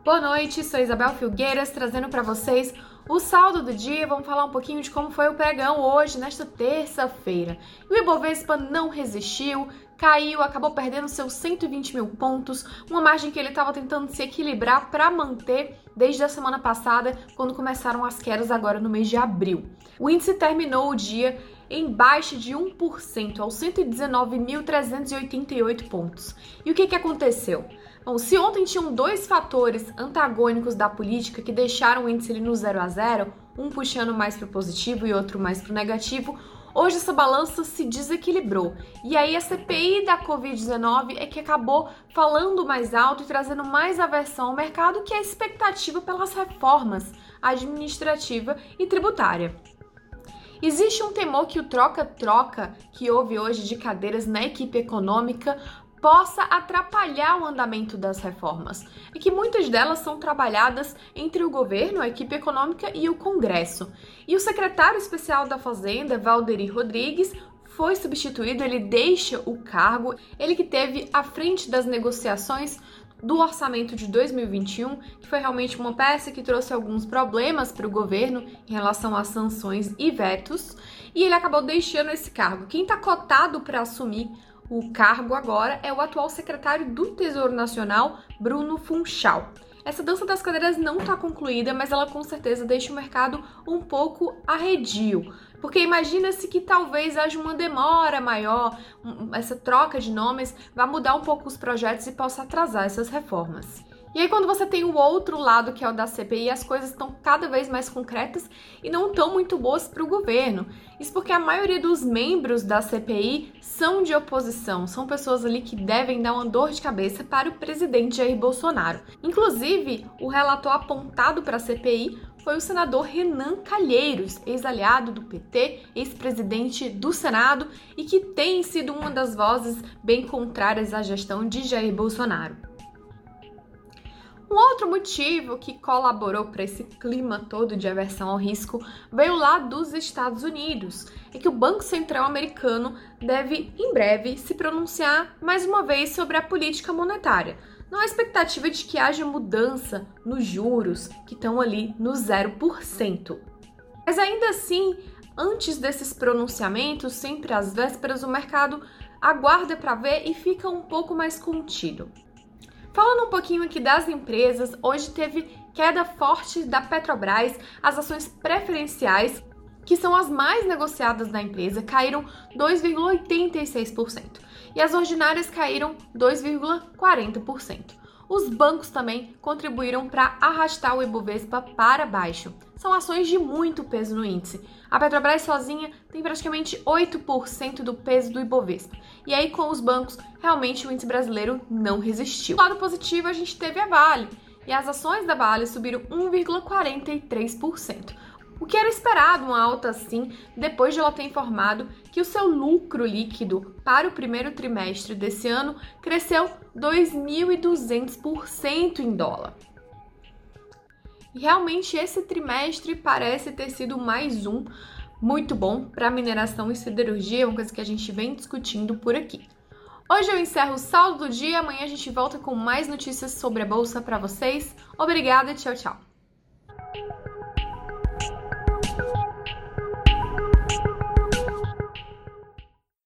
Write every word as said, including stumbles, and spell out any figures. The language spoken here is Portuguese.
Boa noite, sou Isabel Filgueiras, trazendo para vocês o saldo do dia. Vamos falar um pouquinho de como foi o pregão hoje, nesta terça-feira. E o Ibovespa não resistiu, caiu, acabou perdendo seus cento e vinte mil pontos, uma margem que ele estava tentando se equilibrar para manter desde a semana passada, quando começaram as quedas agora no mês de abril. O índice terminou o dia em baixa de um por cento, aos cento e dezenove mil trezentos e oitenta e oito pontos. E o que, que aconteceu? Bom, se ontem tinham dois fatores antagônicos da política que deixaram o índice ali no zero a zero, um puxando mais para o positivo e outro mais para o negativo, hoje essa balança se desequilibrou. E aí a C P I da covid dezenove é que acabou falando mais alto e trazendo mais aversão ao mercado, que é a expectativa pelas reformas administrativa e tributária. Existe um temor que o troca-troca que houve hoje de cadeiras na equipe econômica possa atrapalhar o andamento das reformas, e que muitas delas são trabalhadas entre o governo, a equipe econômica e o Congresso. E o secretário especial da Fazenda, Valderi Rodrigues, foi substituído, ele deixa o cargo, ele que teve à frente das negociações do orçamento de dois mil e vinte e um, que foi realmente uma peça que trouxe alguns problemas para o governo em relação a sanções e vetos, e ele acabou deixando esse cargo. Quem está cotado para assumir o cargo agora é o atual secretário do Tesouro Nacional, Bruno Funchal. Essa dança das cadeiras não está concluída, mas ela com certeza deixa o mercado um pouco arredio, porque imagina-se que talvez haja uma demora maior, essa troca de nomes vai mudar um pouco os projetos e possa atrasar essas reformas. E aí quando você tem o outro lado, que é o da C P I, as coisas estão cada vez mais concretas e não estão muito boas para o governo. Isso porque a maioria dos membros da C P I são de oposição, são pessoas ali que devem dar uma dor de cabeça para o presidente Jair Bolsonaro. Inclusive, o relator apontado para a C P I foi o senador Renan Calheiros, ex-aliado do P T, ex-presidente do Senado e que tem sido uma das vozes bem contrárias à gestão de Jair Bolsonaro. Um outro motivo que colaborou para esse clima todo de aversão ao risco veio lá dos Estados Unidos, é que o Banco Central americano deve, em breve, se pronunciar mais uma vez sobre a política monetária. Não há expectativa de que haja mudança nos juros, que estão ali no zero por cento. Mas ainda assim, antes desses pronunciamentos, sempre às vésperas, o mercado aguarda para ver e fica um pouco mais contido. Falando um pouquinho aqui das empresas, hoje teve queda forte da Petrobras, as ações preferenciais, que são as mais negociadas da empresa, caíram dois vírgula oitenta e seis por cento e as ordinárias caíram dois vírgula quarenta por cento. Os bancos também contribuíram para arrastar o Ibovespa para baixo. São ações de muito peso no índice. A Petrobras sozinha tem praticamente oito por cento do peso do Ibovespa. E aí, com os bancos, realmente o índice brasileiro não resistiu. Do lado positivo, a gente teve a Vale. E as ações da Vale subiram um vírgula quarenta e três por cento. O que era esperado, uma alta assim, depois de ela ter informado que o seu lucro líquido para o primeiro trimestre desse ano cresceu dois mil e duzentos por cento em dólar. E realmente esse trimestre parece ter sido mais um muito bom para mineração e siderurgia, uma coisa que a gente vem discutindo por aqui. Hoje eu encerro o saldo do dia, amanhã a gente volta com mais notícias sobre a bolsa para vocês. Obrigada, tchau, tchau!